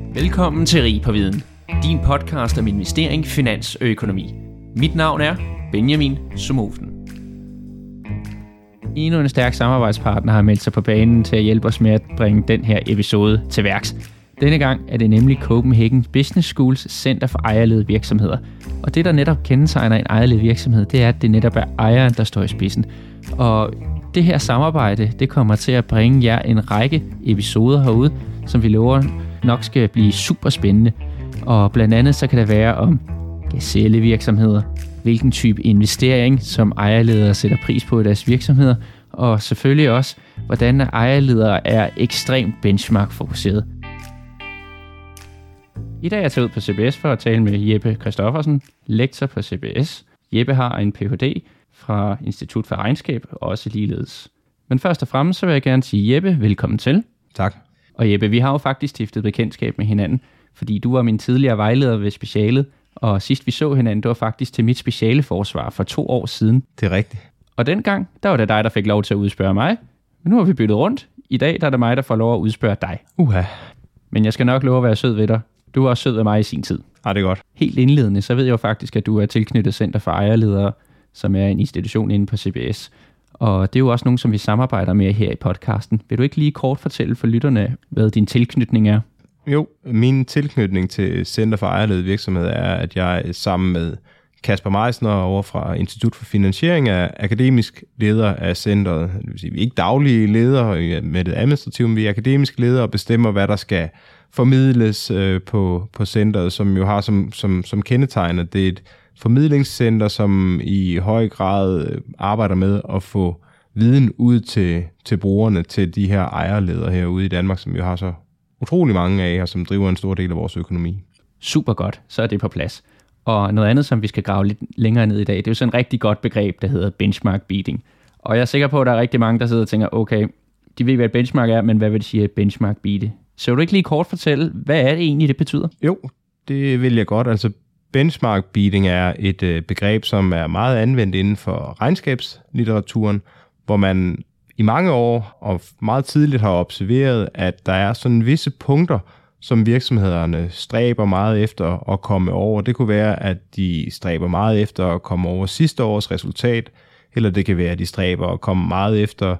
Velkommen til Rig på Viden, din podcast om investering, finans og økonomi. Mit navn er Benjamin Somofen. Endnu en stærk samarbejdspartner har meldt sig på banen til at hjælpe os med at bringe den her episode til værks. Denne gang er det nemlig Copenhagen Business Schools Center for ejerledede virksomheder. Og det, der netop kendetegner en ejerledet virksomhed, det er, at det netop er ejeren, der står i spidsen. Og det her samarbejde, det kommer til at bringe jer en række episoder herude, som vi lover nok skal blive super spændende. Og blandt andet så kan det være om gazellevirksomheder, hvilken type investering, som ejerledere sætter pris på i deres virksomheder, og selvfølgelig også, hvordan ejerledere er ekstremt benchmark-fokuseret. I dag er jeg taget ud på CBS for at tale med Jeppe Christoffersen, lektor på CBS. Jeppe har en Ph.D. fra Institut for Regnskab, og også ligeledes. Men først og fremmest så vil jeg gerne sige Jeppe, velkommen til. Tak. Og Jeppe, vi har jo faktisk stiftet bekendtskab med hinanden, fordi du var min tidligere vejleder ved specialet, og sidst vi så hinanden, det var faktisk til mit specialeforsvar for 2 år siden. Det er rigtigt. Og dengang, der var det dig, der fik lov til at udspørge mig. Men nu har vi byttet rundt. I dag der er det mig, der får lov at udspørge dig. Men jeg skal nok love at være sød ved dig. Du var også sød ved mig i sin tid. Ja, det er godt. Helt indledende, så ved jeg jo faktisk, at du er tilknyttet Center for Ejerledere, som er en institution inde på CBS. Og det er jo også nogen, som vi samarbejder med her i podcasten. Vil du ikke lige kort fortælle for lytterne, hvad din tilknytning er? Jo, min tilknytning til Center for Ejerledede Virksomhed er, at jeg sammen med Kasper Meisner over fra Institut for Finansiering er akademisk leder af centret. Det vil sige, vi er ikke daglige ledere med det administrative, men vi er akademiske ledere og bestemmer, hvad der skal formidles på centret, som jo har som kendetegn, at det er et formidlingscenter, som i høj grad arbejder med at få viden ud til brugerne, til de her ejerledere herude i Danmark, som jo har så utrolig mange af, og som driver en stor del af vores økonomi. Super godt, så er det på plads. Og noget andet, som vi skal grave lidt længere ned i dag, det er jo sådan et rigtig godt begreb, der hedder benchmark beating. Og jeg er sikker på, at der er rigtig mange, der sidder og tænker, okay, de ved, hvad et benchmark er, men hvad vil det sige, benchmark beate? Så vil du ikke lige kort fortælle, hvad er det egentlig, det betyder? Jo, det vil jeg godt. Altså benchmark beating er et begreb, som er meget anvendt inden for regnskabslitteraturen, hvor man i mange år og meget tidligt har observeret, at der er sådan visse punkter, som virksomhederne stræber meget efter at komme over. Det kunne være, at de stræber meget efter at komme over sidste års resultat, eller det kan være, at de stræber at komme meget efter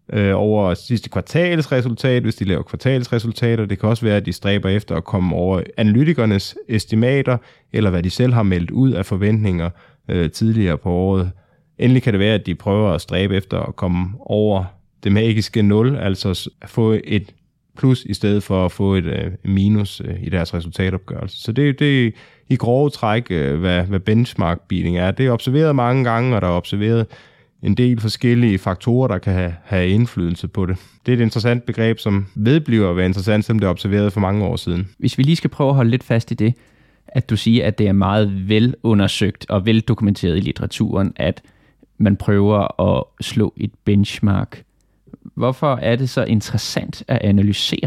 over sidste kvartals resultat, hvis de laver kvartalsresultater. Det kan også være, at de stræber efter at komme over analytikernes estimater, eller hvad de selv har meldt ud af forventninger tidligere på året. Endelig kan det være, at de prøver at stræbe efter at komme over det magiske 0, altså få et plus i stedet for at få et minus i deres resultatopgørelse. Så det er i grove træk, hvad benchmark beating er. Det er observeret mange gange, og der er observeret en del forskellige faktorer, der kan have indflydelse på det. Det er et interessant begreb, som vedbliver at være interessant, som det er observeret for mange år siden. Hvis vi lige skal prøve at holde lidt fast i det, at du siger, at det er meget velundersøgt og veldokumenteret i litteraturen, at man prøver at slå et benchmark. Hvorfor er det så interessant at analysere?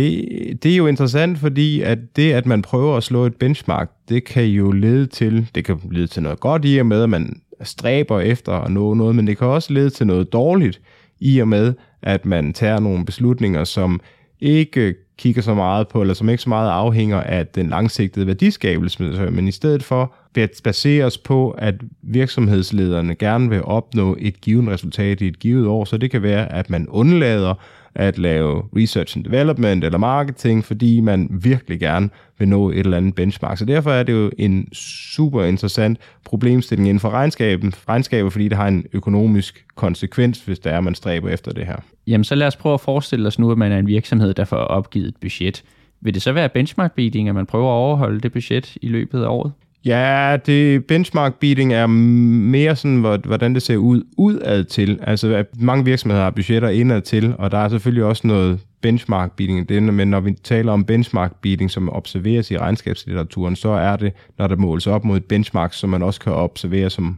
Det er jo interessant, fordi at det, at man prøver at slå et benchmark, det kan lede til noget godt i og med, at man stræber efter at nå noget, men det kan også lede til noget dårligt i og med, at man tager nogle beslutninger, som ikke kigger så meget på, eller som ikke så meget afhænger af den langsigtede værdiskabelse, men i stedet for baseres på, at virksomhedslederne gerne vil opnå et givet resultat i et givet år, så det kan være, at man undlader at lave research and development eller marketing, fordi man virkelig gerne vil nå et eller andet benchmark. Så derfor er det jo en super interessant problemstilling inden for regnskaber, fordi det har en økonomisk konsekvens, hvis det er, man stræber efter det her. Jamen så lad os prøve at forestille os nu, at man er en virksomhed, der får opgivet et budget. Vil det så være benchmark beating, at man prøver at overholde det budget i løbet af året? Ja, det benchmark beating er mere sådan, hvordan det ser ud udad til. Altså, at mange virksomheder har budgetter indad til, og der er selvfølgelig også noget benchmark beating. Men når vi taler om benchmark beating, som observeres i regnskabslitteraturen, så er det, når der måles op mod et benchmark, som man også kan observere som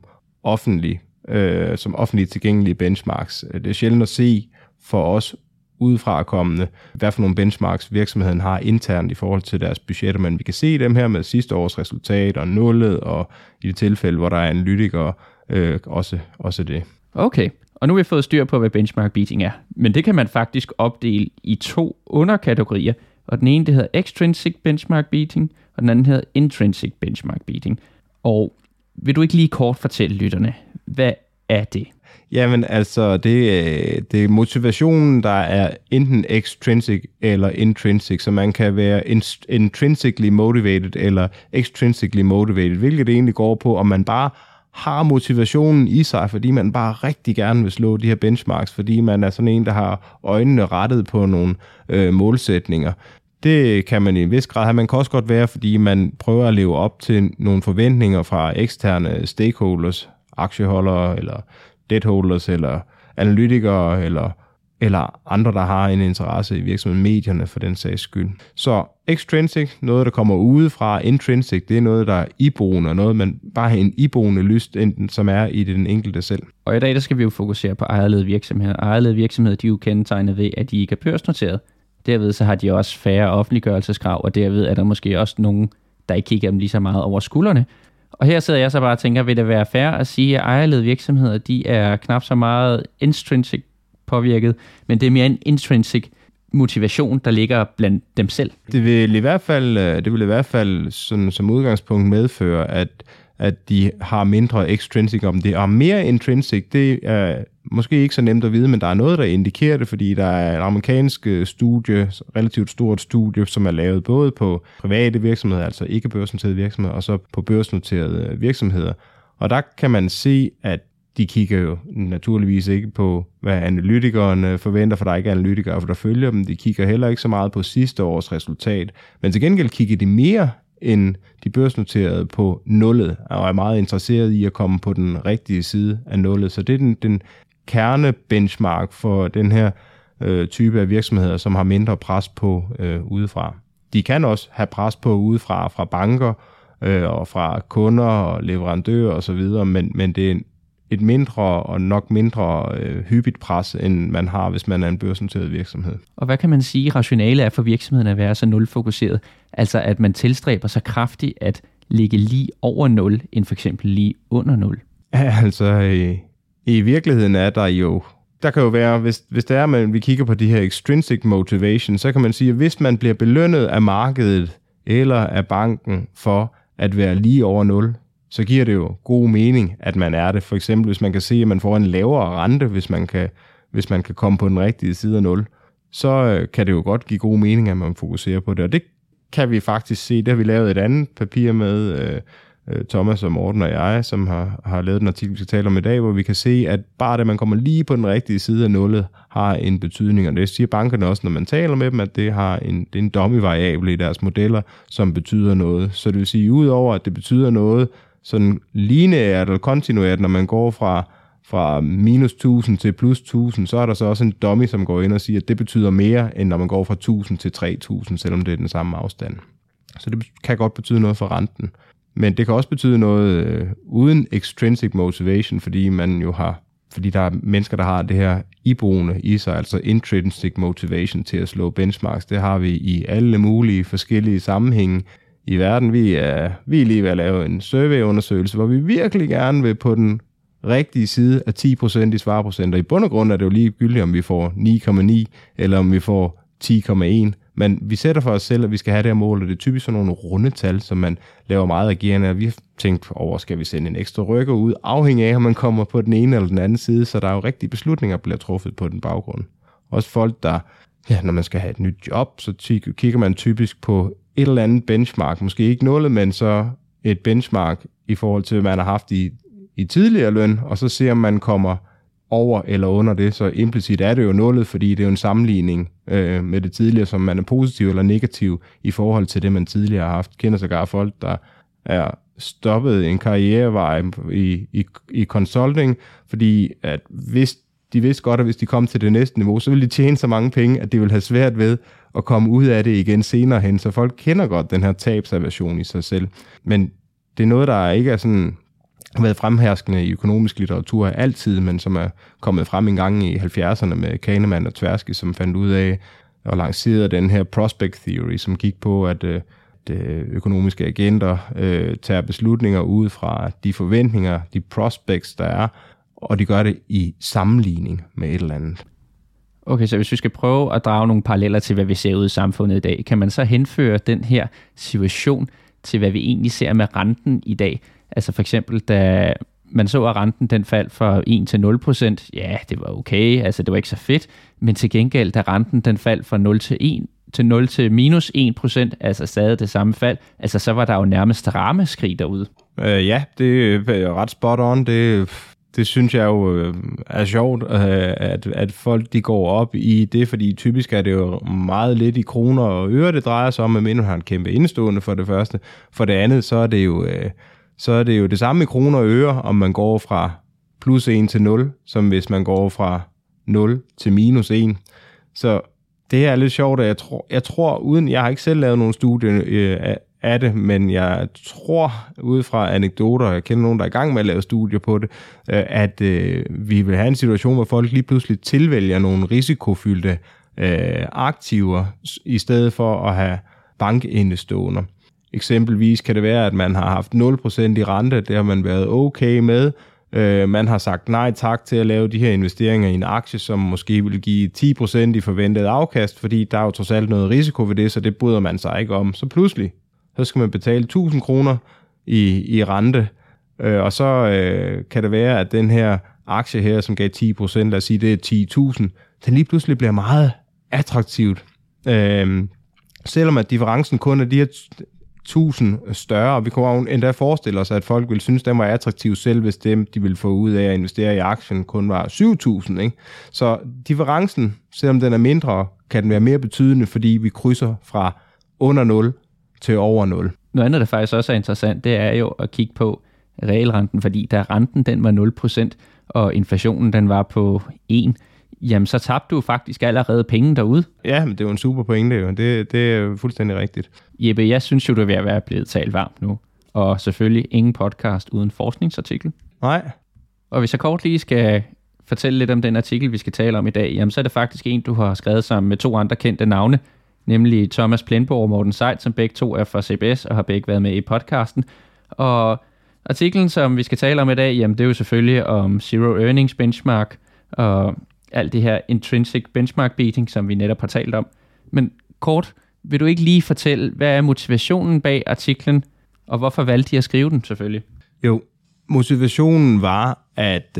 offentligt tilgængelige benchmarks. Det er sjældent at se for os udefrakommende, hvad for nogle benchmarks virksomheden har internt i forhold til deres budgetter, men vi kan se dem her med sidste års resultat og nullet, og i det tilfælde, hvor der er analytikere, også det. Okay, og nu har vi fået styr på, hvad benchmark beating er, men det kan man faktisk opdele i 2 underkategorier, Og den ene, det hedder Extrinsic Benchmark Beating, og den anden hedder Intrinsic Benchmark Beating. Og vil du ikke lige kort fortælle lytterne, hvad er det? Jamen altså, det er motivationen, der er enten extrinsic eller intrinsic, så man kan være intrinsically motivated eller extrinsically motivated, hvilket det egentlig går på, om man bare har motivationen i sig, fordi man bare rigtig gerne vil slå de her benchmarks, fordi man er sådan en, der har øjnene rettet på nogle målsætninger. Det kan man i en vis grad have. Man kan også godt være, fordi man prøver at leve op til nogle forventninger fra eksterne stakeholders, aktieholdere eller debtholders eller analytikere eller andre, der har en interesse i virksomheden, medierne for den sags skyld. Så extrinsic, noget der kommer udefra, intrinsic, det er noget, der er iboende, og noget, man bare har en iboende lyst, enten som er i den enkelte selv. Og i dag, der skal vi jo fokusere på ejerledede virksomheder. Ejerledede virksomheder, de er jo kendetegnet ved, at de ikke er børsnoteret. Derved så har de også færre offentliggørelseskrav, og derved er der måske også nogen, der ikke kigger dem lige så meget over skuldrene. Og her sidder jeg så bare og tænker, vil det være fair at sige, at ejerledede virksomheder, de er knap så meget intrinsic påvirket, men det er mere en intrinsic motivation, der ligger blandt dem selv. Det vil i hvert fald sådan, som udgangspunkt medføre, at de har mindre extrinsic om det, og mere intrinsic, det er måske ikke så nemt at vide, men der er noget, der indikerer det, fordi der er et amerikansk studie, relativt stort studie, som er lavet både på private virksomheder, altså ikke børsnoterede virksomheder, og så på børsnoterede virksomheder. Og der kan man se, at de kigger jo naturligvis ikke på, hvad analytikerne forventer, for der er ikke analytikere, for der følger dem. De kigger heller ikke så meget på sidste års resultat, men til gengæld kigger de mere end de børsnoterede på nullet, og er meget interesseret i at komme på den rigtige side af nullet. Så det er den kernebenchmark for den her type af virksomheder, som har mindre pres på udefra. De kan også have pres på udefra, fra banker og fra kunder og leverandører osv., men det er et mindre og nok mindre hyppigt pres, end man har, hvis man er en børsnoteret virksomhed. Og hvad kan man sige, rationale er for virksomheden at være så nulfokuseret? Altså at man tilstræber så kraftigt at ligge lige over 0, end for eksempel lige under 0? Ja, altså i virkeligheden er der jo, der kan jo være, hvis det er, at vi kigger på de her extrinsic motivation, så kan man sige, at hvis man bliver belønnet af markedet eller af banken for at være lige over 0, så giver det jo god mening, at man er det. For eksempel, hvis man kan se, at man får en lavere rente, hvis man kan komme på den rigtige side af 0, så kan det jo godt give god mening, at man fokuserer på det. Og det kan vi faktisk se. Det har vi lavet et andet papir med, Thomas og Morten og jeg, som har lavet en artikel, vi skal tale om i dag, hvor vi kan se, at bare det, man kommer lige på den rigtige side af nullet, har en betydning. Og det siger bankerne også, når man taler med dem, at det er en dummy-variable i deres modeller, som betyder noget. Så det vil sige, udover at det betyder noget, sådan lineært eller kontinuert, når man går fra minus 1000 til plus 1000, så er der så også en dummy, som går ind og siger, at det betyder mere, end når man går fra 1000 til 3000, selvom det er den samme afstand. Så det kan godt betyde noget for renten. Men det kan også betyde noget uden extrinsic motivation, fordi der er mennesker, der har det her iboende i sig, altså intrinsic motivation til at slå benchmarks. Det har vi i alle mulige forskellige sammenhænge i verden. Vi er lige ved at lave en surveyundersøgelse, hvor vi virkelig gerne vil på den rigtige side af 10% i svareprocenter. I bund og grund er det jo ligegyldigt, om vi får 9,9 eller om vi får 10,1. Men vi sætter for os selv, at vi skal have det her mål, og det er typisk sådan nogle runde tal, som man laver meget agerende. Og vi har tænkt over, skal vi sende en ekstra rykker ud, afhængig af, om man kommer på den ene eller den anden side, så der er jo rigtige beslutninger, der bliver truffet på den baggrund. Også folk, der, når man skal have et nyt job, så kigger man typisk på et eller andet benchmark, måske ikke nullet, men så et benchmark i forhold til, hvad man har haft i tidligere løn, og så ser man kommer over eller under det, så implicit er det jo nullet, fordi det er jo en sammenligning med det tidligere, som man er positiv eller negativ i forhold til det, man tidligere har haft. Kender sågar folk, der er stoppet en karrierevej i consulting, fordi at de vidste godt, at hvis de kom til det næste niveau, så ville de tjene så mange penge, at de ville have svært ved at komme ud af det igen senere hen. Så folk kender godt den her tabsaversion i sig selv. Men det er noget, der ikke er sådan været fremherskende i økonomisk litteratur altid, men som er kommet frem en gang i 70'erne med Kahneman og Tversky, som fandt ud af og lancerede den her prospect theory, som gik på, at økonomiske agenter tager beslutninger ud fra de forventninger, de prospects, der er, og de gør det i sammenligning med et eller andet. Okay, så hvis vi skal prøve at drage nogle paralleller til, hvad vi ser ud i samfundet i dag, kan man så henføre den her situation til, hvad vi egentlig ser med renten i dag? Altså for eksempel, da man så, at renten den faldt fra 1 til 0%, ja, det var okay, altså det var ikke så fedt, men til gengæld, da renten den faldt fra 0 til 1 til 0 til minus 1%, altså stadig det samme fald, altså så var der jo nærmest ramaskrig derude. Ja, det er ret spot on. Det synes jeg jo er sjovt, at folk de går op i det, fordi typisk er det jo meget lidt i kroner og øre, det drejer sig om, medmindre man har en kæmpe indstående for det første. For det andet, så er det jo det samme i kroner og øre, om man går fra plus 1 til 0, som hvis man går fra 0 til minus 1. Så det er lidt sjovt, at jeg tror uden, jeg har ikke selv lavet nogen studie af det, men jeg tror, ud fra anekdoter, jeg kender nogen, der er i gang med at lave studier på det, at vi vil have en situation, hvor folk lige pludselig tilvælger nogle risikofyldte aktiver, i stedet for at have bankindeståender. Eksempelvis kan det være, at man har haft 0% i rente, det har man været okay med. Man har sagt nej tak til at lave de her investeringer i en aktie, som måske vil give 10% i forventet afkast, fordi der er jo trods alt noget risiko ved det, så det bryder man sig ikke om. Så pludselig, så skal man betale 1.000 kroner i rente, og så kan det være, at den her aktie her, som gav 10%, lad os sige, det er 10.000, den lige pludselig bliver meget attraktivt. Selvom at differencen kun er de her 1.000 større, og vi kunne jo endda forestille os, at folk ville synes, den var attraktiv selv, hvis dem, de ville få ud af at investere i aktien, kun var 7.000. Ikke? Så differencen, selvom den er mindre, kan den være mere betydende, fordi vi krydser fra under 0 til over 0. Noget andet, der faktisk også er interessant, det er jo at kigge på realrenten, fordi da renten den var 0%, og inflationen den var på 1, jamen så tabte du faktisk allerede penge derude. Ja, men det er jo en super pointe, jo. Det er fuldstændig rigtigt. Jeppe, jeg synes jo, du er ved at være blevet talt varmt nu. Og selvfølgelig ingen podcast uden forskningsartikel. Nej. Og hvis jeg kort lige skal fortælle lidt om den artikel, vi skal tale om i dag, jamen så er det faktisk en, du har skrevet sammen med 2 andre kendte navne, nemlig Thomas Plenborg og Morten Seid, som begge 2 er fra CBS og har begge været med i podcasten. Og artiklen, som vi skal tale om i dag, jamen det er jo selvfølgelig om Zero Earnings Benchmark og alt det her intrinsic benchmark beating, som vi netop har talt om. Men kort, vil du ikke lige fortælle, hvad er motivationen bag artiklen, og hvorfor valgte de at skrive den selvfølgelig? Jo, motivationen var, at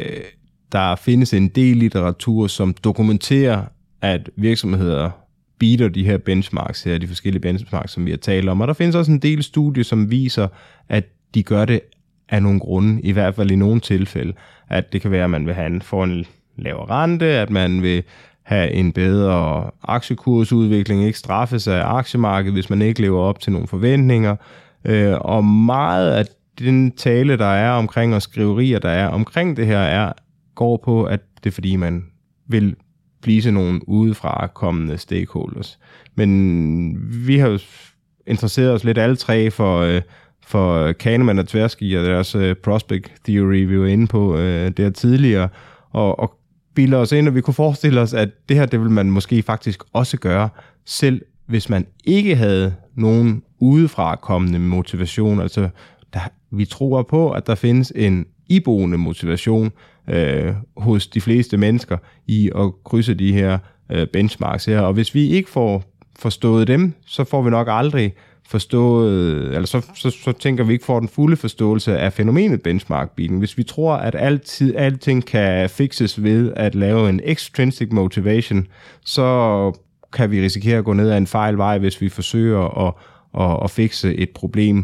der findes en del litteratur, som dokumenterer, at virksomheder beater de her benchmarks her, de forskellige benchmarks, som vi har talt om. Og der findes også en del studier, som viser, at de gør det af nogle grunde, i hvert fald i nogle tilfælde. At det kan være, at man vil have en lavere rente, at man vil have en bedre aktiekursudvikling, ikke straffes af aktiemarkedet, hvis man ikke lever op til nogle forventninger. Og meget af den tale, der er omkring, og skriverier, der er omkring det her, går på, at det er fordi, man vil please nogle udefra kommende stakeholders. Men vi har jo interesseret os lidt alle 3 for Kahneman og Tversky og deres prospect theory, vi var inde på der tidligere, og bilder os ind, og vi kunne forestille os, at det her, det vil man måske faktisk også gøre, selv hvis man ikke havde nogen udefra kommende motivation. Altså, vi tror på, at der findes en iboende motivation hos de fleste mennesker i at krydse de her benchmarks her. Og hvis vi ikke får forstået dem, så får vi nok aldrig forstået, eller så tænker vi ikke får den fulde forståelse af fænomenet benchmark beating. Hvis vi tror, at alting kan fixes ved at lave en extrinsic motivation, så kan vi risikere at gå ned ad en fejl vej, hvis vi forsøger at fixe et problem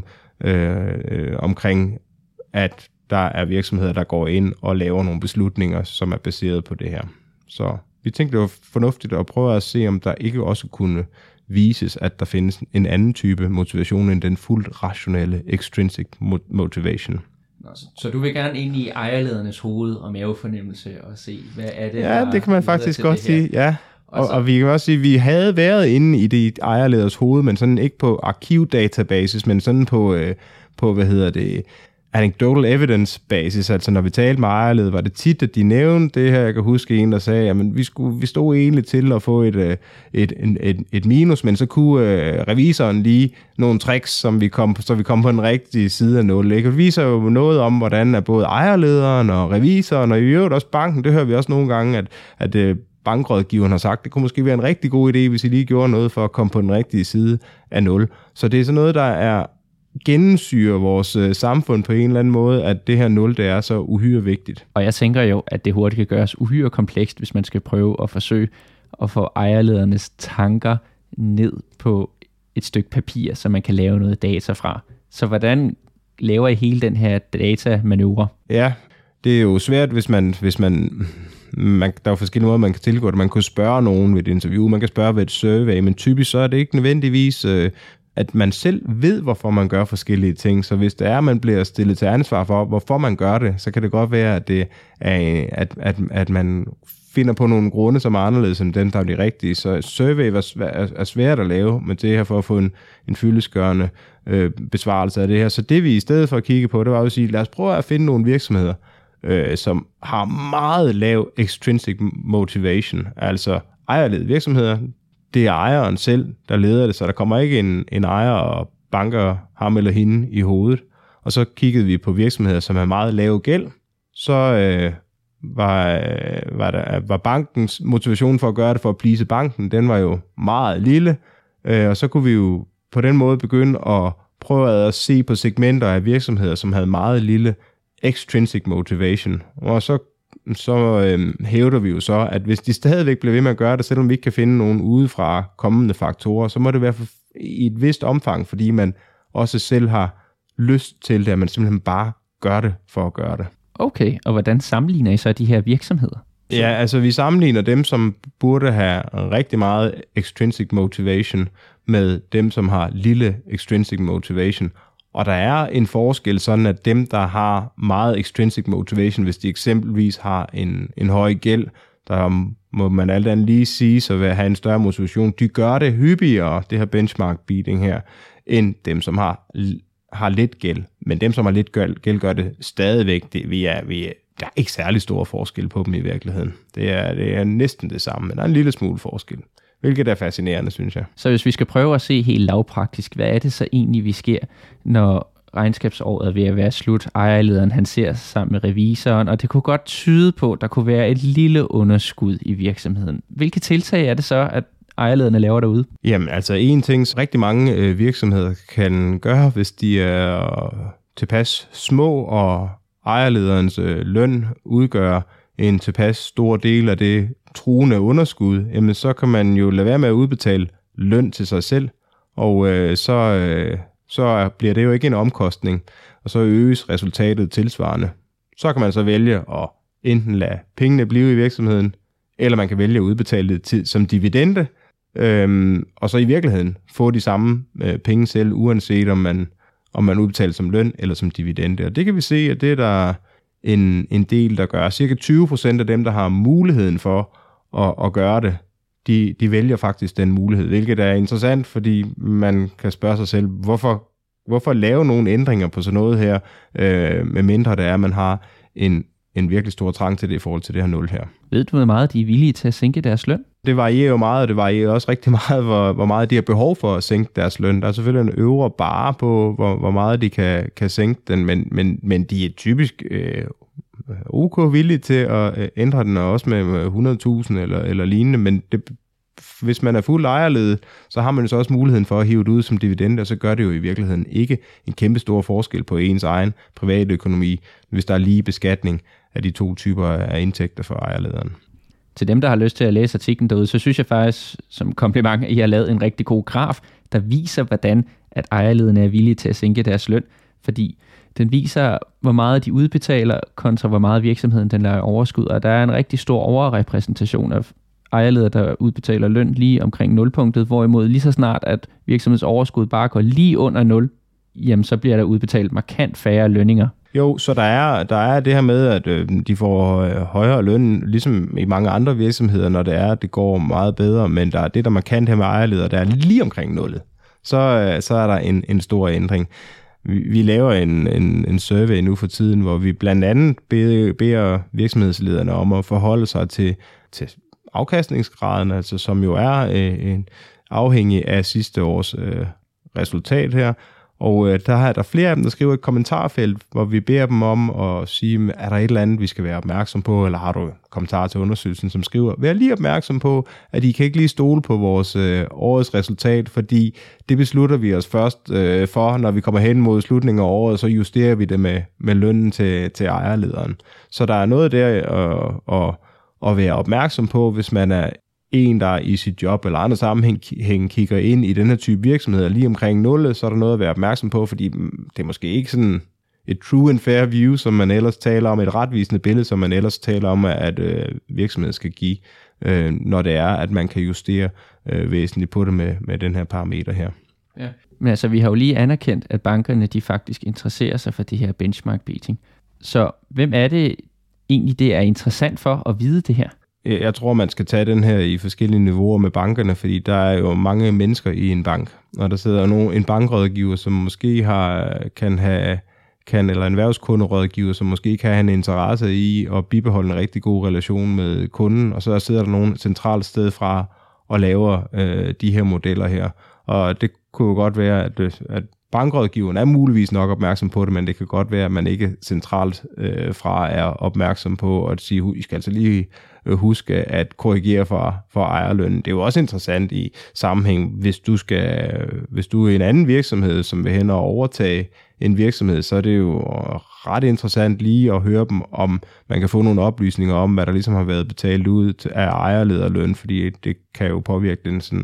omkring, at der er virksomheder, der går ind og laver nogle beslutninger, som er baseret på det her. Så vi tænkte, det var fornuftigt at prøve at se, om der ikke også kunne vises, at der findes en anden type motivation end den fuldt rationelle extrinsic motivation. Så du vil gerne ind i ejerledernes hoved og mavefornemmelse og se, hvad er det? Ja, det kan man faktisk godt sige, ja. Og vi kan også sige, at vi havde været inde i det ejerleders hoved, men sådan ikke på arkivdatabasis, men sådan på anecdotal evidence basis, altså når vi talte med ejerled, var det tit, at de nævnte det her. Jeg kan huske en, der sagde, at vi stod egentlig til at få et minus, men så kunne revisoren lige nogle tricks, så vi kom på den rigtige side af 0. Det viser jo noget om, hvordan er både ejerlederen og revisoren, og i øvrigt også banken, det hører vi også nogle gange, at bankrådgiveren har sagt, det kunne måske være en rigtig god idé, hvis I lige gjorde noget for at komme på den rigtige side af 0. Så det er sådan noget, der er gennemsyrer vores samfund på en eller anden måde, at det her 0, det er så uhyre vigtigt. Og jeg tænker jo, at det hurtigt kan gøres uhyre komplekst, hvis man skal prøve at forsøge at få ejerledernes tanker ned på et stykke papir, så man kan lave noget data fra. Så hvordan laver I hele den her datamanøvre? Ja, det er jo svært, hvis man der er jo forskellige måder, man kan tilgå det. Man kan spørge nogen ved et interview, man kan spørge ved et survey, men typisk så er det ikke nødvendigvis, at man selv ved, hvorfor man gør forskellige ting. Så hvis det er, at man bliver stillet til ansvar for, hvorfor man gør det, så kan det godt være, at det er, at man finder på nogle grunde, som er anderledes end dem, der er de rigtige. Så et survey er svært at lave med det her, for at få en fyldestgørende besvarelse af det her. Så det vi i stedet for at kigge på, det var at sige, lad os prøve at finde nogle virksomheder, som har meget lav extrinsic motivation, altså ejerledede virksomheder. Det er ejeren selv, der leder det, så der kommer ikke en ejer og banker ham eller hende i hovedet. Og så kiggede vi på virksomheder, som har meget lav gæld. Så var bankens motivation for at gøre det for at please banken, den var jo meget lille. Og så kunne vi jo på den måde begynde at prøve at se på segmenter af virksomheder, som havde meget lille extrinsic motivation. Og så hævder vi jo så, at hvis de stadigvæk bliver ved med at gøre det, selvom vi ikke kan finde nogen udefra kommende faktorer, så må det være i et vist omfang, fordi man også selv har lyst til det, at man simpelthen bare gør det for at gøre det. Okay, og hvordan sammenligner I så de her virksomheder? Ja, altså vi sammenligner dem, som burde have rigtig meget extrinsic motivation, med dem, som har lille extrinsic motivation. Og der er en forskel sådan, at dem, der har meget extrinsic motivation, hvis de eksempelvis har en høj gæld, der må man alt andet lige sige, så vil have en større motivation, de gør det hyppigere, det her benchmark beating her, end dem, som har lidt gæld. Men dem, som har lidt gæld, gør det stadigvæk. Der er ikke særlig stor forskel på dem i virkeligheden. Det er næsten det samme, men der er en lille smule forskel. Hvilket er fascinerende, synes jeg. Så hvis vi skal prøve at se helt lavpraktisk, hvad er det så egentlig, vi sker, når regnskabsåret er ved at være slut? Ejerlederen, han ser sammen med revisoren, og det kunne godt tyde på, at der kunne være et lille underskud i virksomheden. Hvilke tiltag er det så, at ejerlederne laver derude? Jamen, altså en ting, rigtig mange virksomheder kan gøre, hvis de er tilpas små, og ejerlederens løn udgør en tilpas stor del af det truende underskud, jamen så kan man jo lade være med at udbetale løn til sig selv, og så bliver det jo ikke en omkostning, og så øges resultatet tilsvarende. Så kan man så vælge at enten lade pengene blive i virksomheden, eller man kan vælge at udbetale det som dividende, og så i virkeligheden få de samme penge selv, uanset om man udbetaler som løn eller som dividende. Og det kan vi se, at det er der en del, der gør. Cirka 20% af dem, der har muligheden for at gøre det, de vælger faktisk den mulighed, hvilket er interessant, fordi man kan spørge sig selv, hvorfor lave nogle ændringer på sådan noget her, med mindre det er, at man har en virkelig stor trang til det i forhold til det her 0 her. Ved du, hvor meget de er villige til at sænke deres løn? Det varierer jo meget, og det varierer også rigtig meget, hvor meget de har behov for at sænke deres løn. Der er selvfølgelig en øvre bare på, hvor meget de kan sænke den, men de er typisk OK villige til at ændre den, også med 100.000 eller lignende, men hvis man er fuld ejerled, så har man jo så også muligheden for at hive det ud som dividende, og så gør det jo i virkeligheden ikke en kæmpe stor forskel på ens egen private økonomi, hvis der er lige beskatning af de to typer af indtægter for ejerlederen. Til dem, der har lyst til at læse artiklen derude, så synes jeg faktisk som kompliment, at I har lavet en rigtig god graf, der viser, hvordan at ejerlederne er villige til at sænke deres løn, fordi den viser, hvor meget de udbetaler, kontra hvor meget virksomheden den lader overskud, og der er en rigtig stor overrepræsentation af ejerledere, der udbetaler løn lige omkring nulpunktet, hvorimod lige så snart, at virksomhedens overskud bare går lige under 0, jamen så bliver der udbetalt markant færre lønninger. Jo, så der er det her med, at de får højere løn, ligesom i mange andre virksomheder, når det går meget bedre, men der er det, der markant her med ejerledere, der er lige omkring 0. Så er der en stor ændring. Vi laver en survey nu for tiden, hvor vi blandt andet beder virksomhedslederne om at forholde sig til afkastningsgraden, altså som jo er afhængig af sidste års resultat her, Og der er der flere af dem, der skriver et kommentarfelt, hvor vi beder dem om at sige, er der et eller andet, vi skal være opmærksom på, eller har du kommentarer til undersøgelsen, som skriver, vær lige opmærksom på, at I kan ikke lige stole på vores årets resultat, fordi det beslutter vi os først for, når vi kommer hen mod slutningen af året, så justerer vi det med lønnen til ejerlederen. Så der er noget der at være opmærksom på, hvis man er en, der i sit job eller andre sammenhæng kigger ind i den her type virksomheder lige omkring 0, så er der noget at være opmærksom på, fordi det er måske ikke sådan et true and fair view, som man ellers taler om, et retvisende billede, som man ellers taler om, at virksomheden skal give, når det er, at man kan justere væsentligt på det med den her parameter her. Ja. Men altså, vi har jo lige anerkendt, at bankerne de faktisk interesserer sig for det her benchmark beating. Så hvem er det egentlig, det er interessant for at vide det her? Jeg tror, man skal tage den her i forskellige niveauer med bankerne, fordi der er jo mange mennesker i en bank. Og der sidder en bankrådgiver, som måske eller en erhvervskunderådgiver, som måske kan have en interesse i at bibeholde en rigtig god relation med kunden. Og så sidder der nogen centralt sted fra og laver de her modeller her. Og det kunne jo godt være, at bankrådgiveren er muligvis nok opmærksom på det, men det kan godt være, at man ikke centralt fra er opmærksom på at sige, I skal altså lige huske at korrigere for ejerlønnen. Det er jo også interessant i sammenhæng, hvis du er en anden virksomhed, som vil hen og overtage en virksomhed, så er det jo ret interessant lige at høre dem, om man kan få nogle oplysninger om, hvad der ligesom har været betalt ud af ejerlederløn, fordi det kan jo påvirke den sådan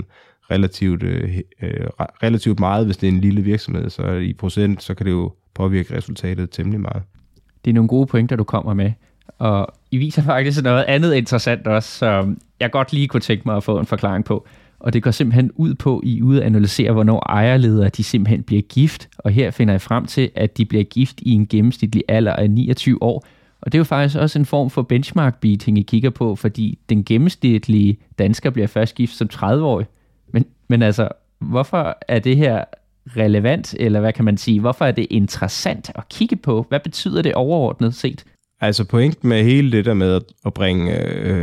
relativt meget, hvis det er en lille virksomhed, så i procent, så kan det jo påvirke resultatet temmelig meget. Det er nogle gode pointer, du kommer med, og I viser faktisk noget andet interessant også, som jeg godt lige kunne tænke mig at få en forklaring på, og det går simpelthen ud på, at I ude at analysere, hvornår ejerledere de simpelthen bliver gift, og her finder jeg frem til, at de bliver gift i en gennemsnitlig alder af 29 år, og det er jo faktisk også en form for benchmark beating, I kigger på, fordi den gennemsnitlige dansker bliver først gift som 30-årig. Men altså, hvorfor er det her relevant, eller hvad kan man sige, hvorfor er det interessant at kigge på? Hvad betyder det overordnet set? Altså pointen med hele det der med at bringe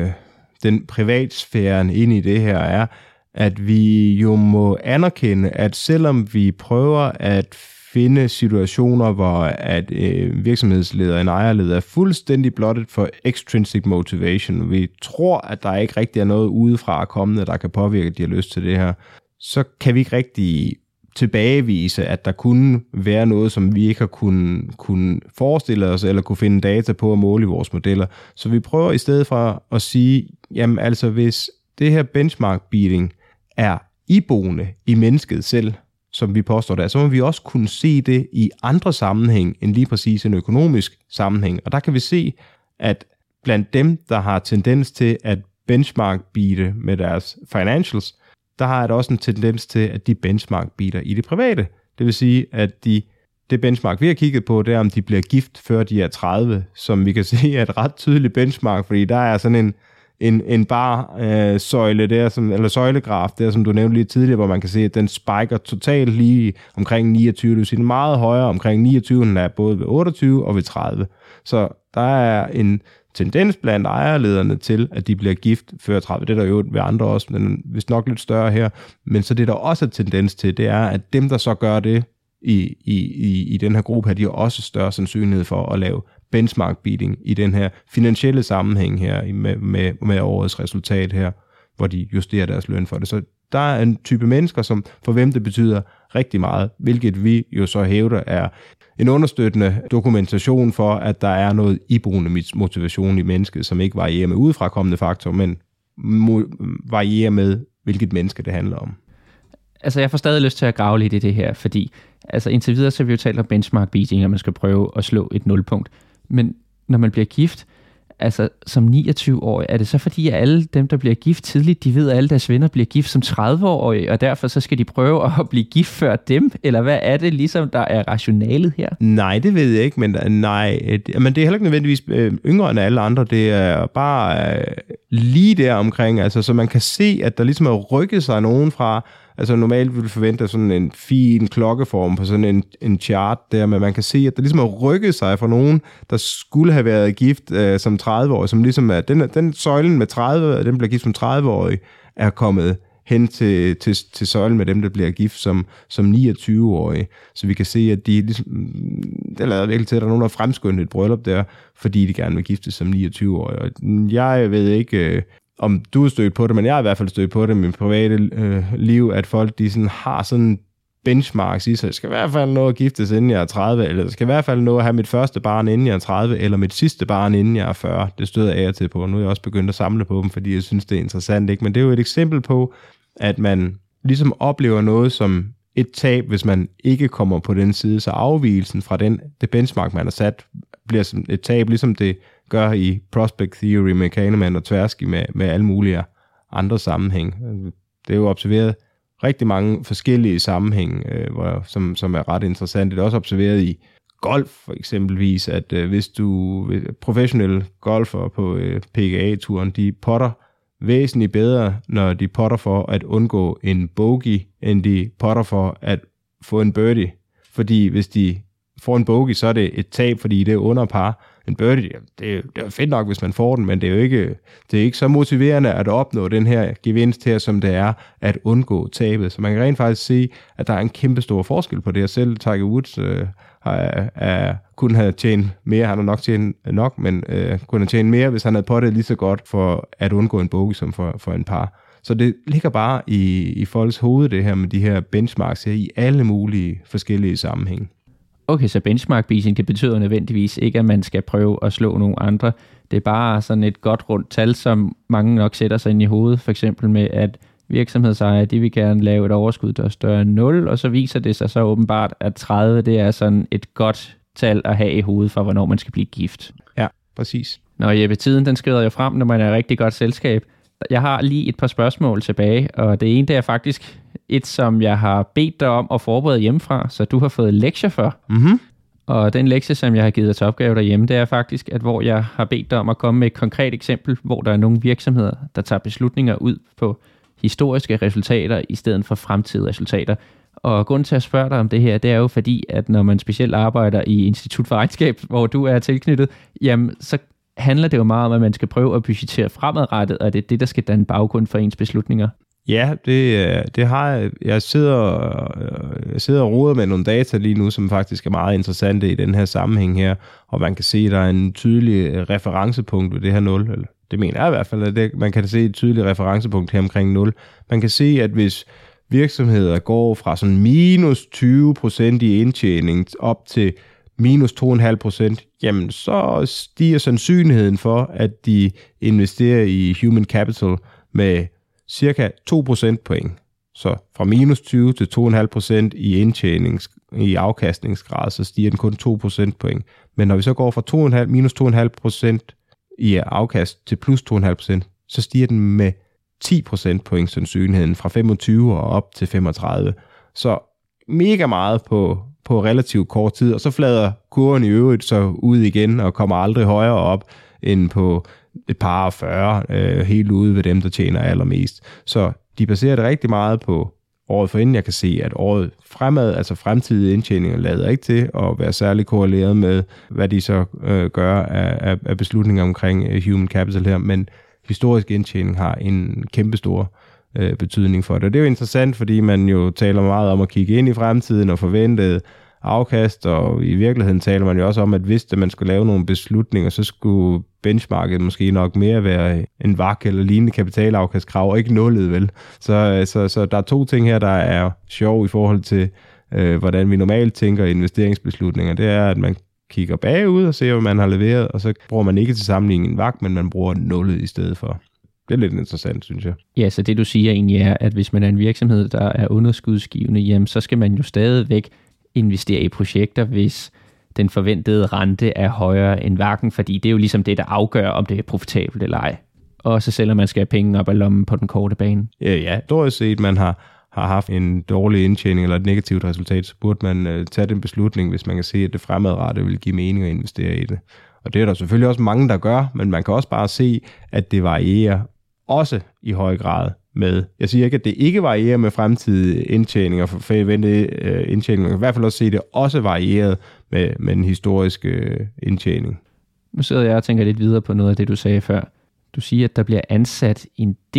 den privatsfæren ind i det her er, at vi jo må anerkende, at selvom vi prøver at finde situationer, hvor at virksomhedsleder, en ejerleder er fuldstændig blottet for extrinsic motivation. Vi tror, at der ikke rigtig er noget udefra kommende, der kan påvirke, at de har lyst til det her. Så kan vi ikke rigtig tilbagevise, at der kunne være noget, som vi ikke har kunne forestille os, eller kunne finde data på at måle i vores modeller. Så vi prøver i stedet for at sige, jamen altså hvis det her benchmark beating er iboende i mennesket selv, som vi påstår der, så må vi også kunne se det i andre sammenhæng end lige præcis en økonomisk sammenhæng. Og der kan vi se, at blandt dem, der har tendens til at benchmark-beate med deres financials, der har der også en tendens til, at de benchmark-beater i det private. Det vil sige, at det benchmark, vi har kigget på, det er, om de bliver gift, før de er 30, som vi kan se er et ret tydeligt benchmark, fordi der er sådan en søjle der, eller søjlegraf der, som du nævnte lige tidligere, hvor man kan se, at den spiker totalt lige omkring 29. Det vil sige, meget højere omkring 29, end er både ved 28 og ved 30. Så der er en tendens blandt ejerlederne til, at de bliver gift før 30. Det er der jo ved andre også, men vist nok lidt større her. Men så det der også er tendens til, det er, at dem, der så gør det i den her gruppe her, de har også større sandsynlighed for at lave benchmark beating i den her finansielle sammenhæng her med årets resultat her, hvor de justerer deres løn for det. Så der er en type mennesker, som for hvem det betyder rigtig meget, hvilket vi jo så hævder er en understøttende dokumentation for, at der er noget iboende motivation i mennesket, som ikke varierer med udefrakommende faktorer, men varierer med, hvilket menneske det handler om. Altså, jeg får stadig lyst til at grave lidt i det her, fordi altså, indtil videre så har vi jo talt om benchmark beating, at man skal prøve at slå et nulpunkt. Men når man bliver gift, altså som 29-årig, er det så fordi, at alle dem, der bliver gift tidligt, de ved, at alle deres venner bliver gift som 30-årige, og derfor så skal de prøve at blive gift før dem? Eller hvad er det ligesom, der er rationalet her? Nej, det ved jeg ikke, men det er heller ikke nødvendigvis yngre end alle andre. Det er bare lige der omkring, altså, så man kan se, at der ligesom er rykket sig nogen fra. Altså normalt ville vi forvente sådan en fin klokkeform på sådan en chart der, men man kan se, at der ligesom har rykket sig fra nogen, der skulle have været gift som 30-årig, som ligesom er, den søjlen med 30, den bliver gift som 30-årig, er kommet hen til søjlen med dem, der bliver gift som 29-årige. Så vi kan se, at de ligesom, det lader virkelig til, at der er nogen, der har fremskyndet et bryllup der, fordi de gerne vil giftes som 29-årige. Og jeg ved ikke, om du er stødt på det, men jeg har i hvert fald stødt på det i mit private liv, at folk de sådan, har sådan benchmarks i sig. Jeg skal i hvert fald nå at giftes, inden jeg er 30, eller jeg skal i hvert fald nå at have mit første barn, inden jeg er 30, eller mit sidste barn, inden jeg er 40. Det støder jeg til på, og nu er jeg også begyndt at samle på dem, fordi jeg synes, det er interessant. Ikke? Men det er jo et eksempel på, at man ligesom oplever noget som et tab, hvis man ikke kommer på den side, så afvigelsen fra det benchmark, man har sat, bliver som et tab, ligesom det gør i Prospect Theory med Kahneman og Tversky med alle mulige andre sammenhæng. Det er jo observeret rigtig mange forskellige sammenhænge, som er ret interessante. Det er også observeret i golf, for eksempelvis, at hvis du professionelle golfer på PGA-turen, de potter væsentligt bedre, når de potter for at undgå en bogey, end de potter for at få en birdie. Fordi hvis de får en bogey, så er det et tab, fordi det er under par. En birdie, det er fedt nok, hvis man får den, men det er ikke så motiverende at opnå den her gevinst her, som det er at undgå tabet. Så man kan rent faktisk se, at der er en kæmpe stor forskel på det. Og selv Tiger Woods kunne have tjent mere, han har nok tjent nok, men kunne have tjent mere, hvis han havde pottet lige så godt for at undgå en bogey som for en par. Så det ligger bare i folks hoved, det her med de her benchmarks her, i alle mulige forskellige sammenhænge. Okay, så benchmark-beating, det betyder nødvendigvis ikke, at man skal prøve at slå nogle andre. Det er bare sådan et godt rundt tal, som mange nok sætter sig ind i hovedet. For eksempel med, at virksomhedsejere, de vil gerne lave et overskud, der er større end 0, og så viser det sig så åbenbart, at 30, det er sådan et godt tal at have i hovedet for, hvornår man skal blive gift. Ja, præcis. Nå Jeppe, tiden den skrider jo frem, når man er et rigtig godt selskab. Jeg har lige et par spørgsmål tilbage, og det ene, det er faktisk et, som jeg har bedt dig om at forberede hjemmefra, så du har fået lektier for. Mm-hmm. Og den lektie, som jeg har givet dig til opgave derhjemme, det er faktisk, at hvor jeg har bedt dig om at komme med et konkret eksempel, hvor der er nogle virksomheder, der tager beslutninger ud på historiske resultater i stedet for fremtidige resultater. Og grunden til at spørge dig om det her, det er jo fordi, at når man specielt arbejder i Institut for Regnskab, hvor du er tilknyttet, jamen så handler det jo meget om, at man skal prøve at budgettere fremadrettet, og det er det, der skal danne baggrund for ens beslutninger. Ja, det har jeg. Jeg sidder og roder med nogle data lige nu, som faktisk er meget interessante i den her sammenhæng her, og man kan se, at der er en tydelig referencepunkt ved det her 0. Eller det mener jeg i hvert fald, at man kan se et tydeligt referencepunkt her omkring 0. Man kan se, at hvis virksomheder går fra sådan minus 20% i indtjening op til minus 2,5%, jamen så stiger sandsynligheden for, at de investerer i human capital med cirka 2 procentpoint. Så fra minus 20 til 2,5% i afkastningsgrad, så stiger den kun 2 procentpoint. Men når vi så går fra minus 2,5% i afkast til plus 2,5%, så stiger den med 10 procentpoint sandsynligheden fra 25 og op til 35. Så mega meget på relativt kort tid, og så flader kurven i øvrigt så ud igen og kommer aldrig højere op end på et par og 40, helt ude ved dem, der tjener allermest. Så de baserer det rigtig meget på året forinden. Jeg kan se, at året fremad, altså fremtidige indtjeninger, lader ikke til at være særlig korreleret med, hvad de så gør af beslutninger omkring human capital her, men historisk indtjening har en kæmpestor betydning for det. Og det er jo interessant, fordi man jo taler meget om at kigge ind i fremtiden og forvente afkast, og i virkeligheden taler man jo også om, at hvis man skulle lave nogle beslutninger, så skulle benchmarket måske nok mere være en VAC eller lignende kapitalafkastkrav, og ikke nullet, vel? Så der er to ting her, der er sjov i forhold til, hvordan vi normalt tænker investeringsbeslutninger. Det er, at man kigger bagud og ser, hvad man har leveret, og så bruger man ikke til sammenligning en VAC, men man bruger nullet i stedet for. Det er lidt interessant, synes jeg. Ja, så det du siger egentlig er, at hvis man er en virksomhed, der er underskudsgivende, jamen, så skal man jo stadigvæk investere i projekter, hvis den forventede rente er højere end VAC'en, fordi det er jo ligesom det, der afgør, om det er profitabelt eller ej. Også selvom man skal have penge op af lommen på den korte bane. Ja, dårligt set, man har haft en dårlig indtjening eller et negativt resultat, så burde man tage den beslutning, hvis man kan se, at det fremadrettet vil give mening at investere i det. Og det er der selvfølgelig også mange, der gør, men man kan også bare se, at det varierer også i høj grad med. Jeg siger ikke, at det ikke varierer med fremtidige indtjeninger for forventede indtjeninger. Man kan i hvert fald også se, at det også varieret med den historiske indtjening. Nu sidder jeg og tænker lidt videre på noget af det, du sagde før. Du siger, at der bliver ansat en del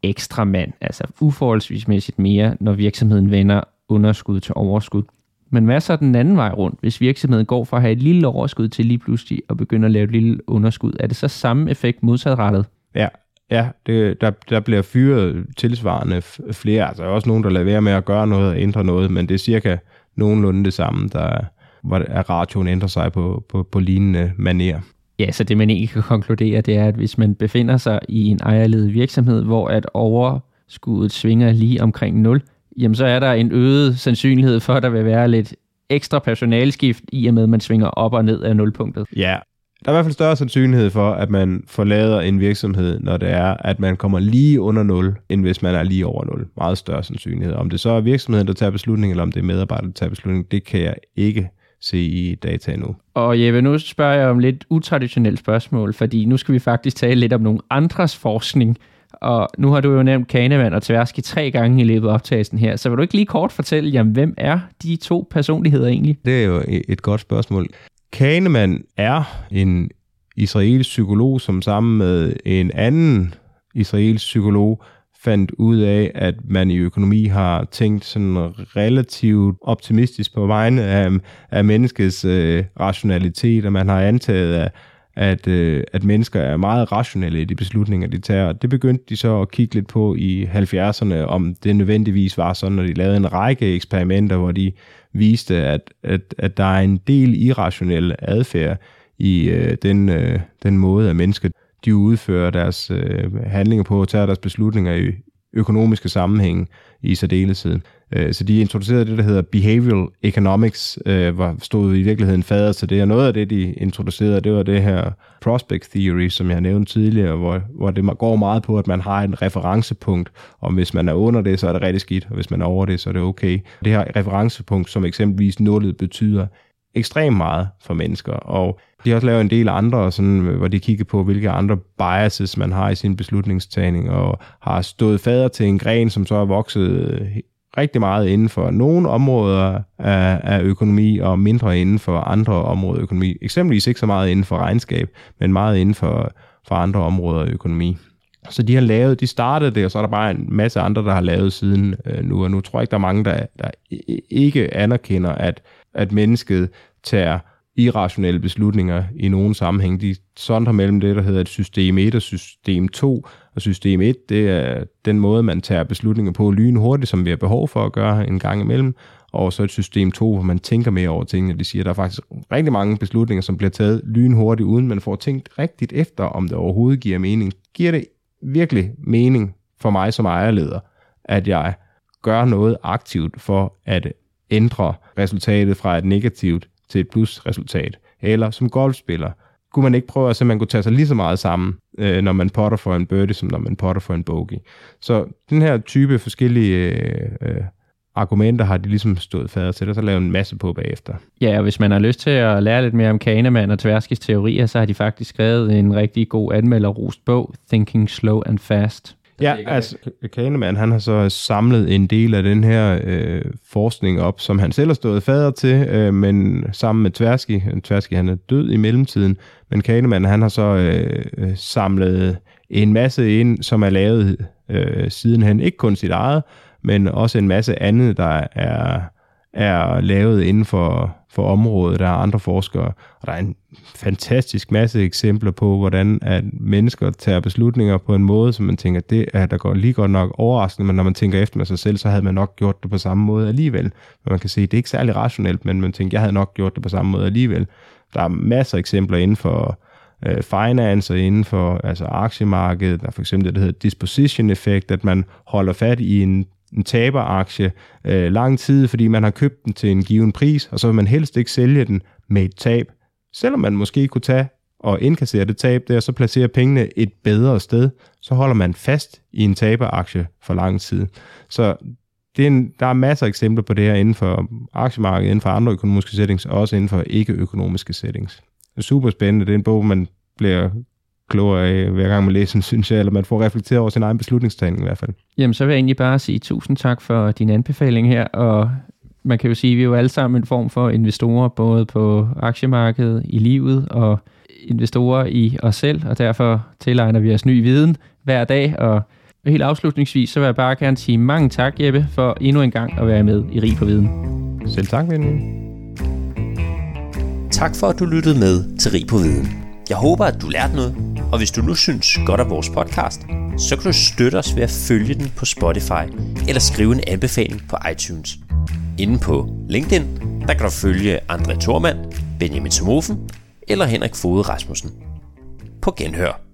ekstra mand, altså uforholdsvismæssigt mere, når virksomheden vender underskud til overskud. Men hvad så den anden vej rundt, hvis virksomheden går fra at have et lille overskud til lige pludselig at begynde at lave et lille underskud? Er det så samme effekt modsatrettet? Ja, der bliver fyret tilsvarende flere. Altså også nogen, der lader være med at gøre noget og ændre noget, men det er cirka nogenlunde det samme, hvor ratioen ændrer sig på lignende manér. Ja, så det man egentlig kan konkludere, det er, at hvis man befinder sig i en ejerledet virksomhed, hvor at overskuddet svinger lige omkring 0, jamen så er der en øget sandsynlighed for, at der vil være lidt ekstra personaleskift i og med, at man svinger op og ned af nulpunktet. Ja, der er i hvert fald større sandsynlighed for, at man forlader en virksomhed, når det er, at man kommer lige under 0, end hvis man er lige over 0. Meget større sandsynlighed. Om det så er virksomheden, der tager beslutning, eller om det er medarbejdere, der tager beslutning, det kan jeg ikke se i data endnu. Og Jeppe, nu spørger jeg om lidt utraditionelt spørgsmål, fordi nu skal vi faktisk tale lidt om nogle andres forskning. Og nu har du jo nævnt Kahneman og Tversky 3 gange i løbet af optagelsen her, så vil du ikke lige kort fortælle, jamen, hvem er de 2 personligheder egentlig? Det er jo et godt spørgsmål. Kahneman er en israelsk psykolog, som sammen med en anden israelsk psykolog fandt ud af, at man i økonomi har tænkt sådan relativt optimistisk på vegne af menneskets rationalitet, og man har antaget, at mennesker er meget rationelle i de beslutninger, de tager. Det begyndte de så at kigge lidt på i 70'erne, om det nødvendigvis var sådan, når de lavede en række eksperimenter, hvor de viste, at der er en del irrationel adfærd i den måde, at mennesker de udfører deres handlinger på og tager deres beslutninger i økonomiske sammenhænge i særdeleshed. Så de introducerede det, der hedder behavioral economics, hvor stod i virkeligheden fader til det, og noget af det, de introducerede, det var det her prospect theory, som jeg nævnte tidligere, hvor det går meget på, at man har en referencepunkt, og hvis man er under det, så er det rigtig skidt, og hvis man er over det, så er det okay. Det her referencepunkt, som eksempelvis nullet, betyder ekstremt meget for mennesker, og de har også lavet en del andre, sådan, hvor de kigger på, hvilke andre biases man har i sin beslutningstagning, og har stået fader til en gren, som så er vokset rigtig meget inden for nogle områder af økonomi, og mindre inden for andre områder af økonomi. Eksempelvis ikke så meget inden for regnskab, men meget inden for andre områder af økonomi. Så de startede det, og så er der bare en masse andre, der har lavet siden nu, og nu tror jeg ikke, der er mange, der ikke anerkender, at mennesket tager irrationelle beslutninger i nogen sammenhæng. De sondrer mellem det, der hedder et system 1 og system 2, og system 1, det er den måde, man tager beslutninger på lynhurtigt, som vi har behov for at gøre en gang imellem, og så et system 2, hvor man tænker mere over tingene. Det siger, at der er faktisk rigtig mange beslutninger, som bliver taget lynhurtigt, uden man får tænkt rigtigt efter, om det overhovedet giver mening. Giver det virkelig mening for mig som ejerleder, at jeg gør noget aktivt for at ændre resultatet fra et negativt til et plusresultat? Eller som golfspiller, kunne man ikke prøve at man kunne tage sig lige så meget sammen, når man potter for en birdie, som når man potter for en bogey? Så den her type forskellige argumenter har de ligesom stået fader til, og så lavet en masse på bagefter. Ja, og hvis man har lyst til at lære lidt mere om Kahneman og Tverskys teorier, så har de faktisk skrevet en rigtig god anmelderrost bog, Thinking Slow and Fast. Ja, altså Kahneman, han har så samlet en del af den her forskning op, som han selv har stået fader til, men sammen med Tversky. Tversky, han er død i mellemtiden, men Kahneman, han har så samlet en masse ind, som er lavet sidenhen, ikke kun sit eget, men også en masse andet, der er lavet inden for området. Der er andre forskere, og der er en fantastisk masse eksempler på, hvordan at mennesker tager beslutninger på en måde, som man tænker, det er der går lige godt nok overraskende, men når man tænker efter med sig selv, så havde man nok gjort det på samme måde alligevel. Men man kan se, det er ikke særlig rationelt, men man tænker, jeg havde nok gjort det på samme måde alligevel. Der er masser af eksempler inden for finance og inden for aktiemarkedet. Der er for eksempel det, der hedder disposition effect, at man holder fat i en taberaktie lang tid, fordi man har købt den til en given pris, og så vil man helst ikke sælge den med et tab. Selvom man måske kunne tage og indkassere det tab der, så placere pengene et bedre sted, så holder man fast i en taberaktie for lang tid. Så der er masser af eksempler på det her inden for aktiemarkedet, inden for andre økonomiske settings, og også inden for ikke-økonomiske settings. Det er super spændende. Det er en bog, man bliver klogere af hver gang man læser den, synes jeg, eller man får reflekteret over sin egen beslutningstagning i hvert fald. Jamen, så vil jeg egentlig bare sige tusind tak for din anbefaling her, og man kan jo sige, at vi er jo alle sammen en form for investorer, både på aktiemarkedet, i livet og investorer i os selv, og derfor tilegner vi os ny viden hver dag, og Og helt afslutningsvis, så vil jeg bare gerne sige mange tak, Jeppe, for endnu en gang at være med i Rig på Viden. Selv tak, Benjamin. Tak for, at du lyttede med til Rig på Viden. Jeg håber, at du lærte noget, og hvis du nu synes godt af vores podcast, så kan du støtte os ved at følge den på Spotify eller skrive en anbefaling på iTunes. Inde på LinkedIn, der kan du følge André Thormand, Benjamin Somofen eller Henrik Foged Rasmussen. På genhør.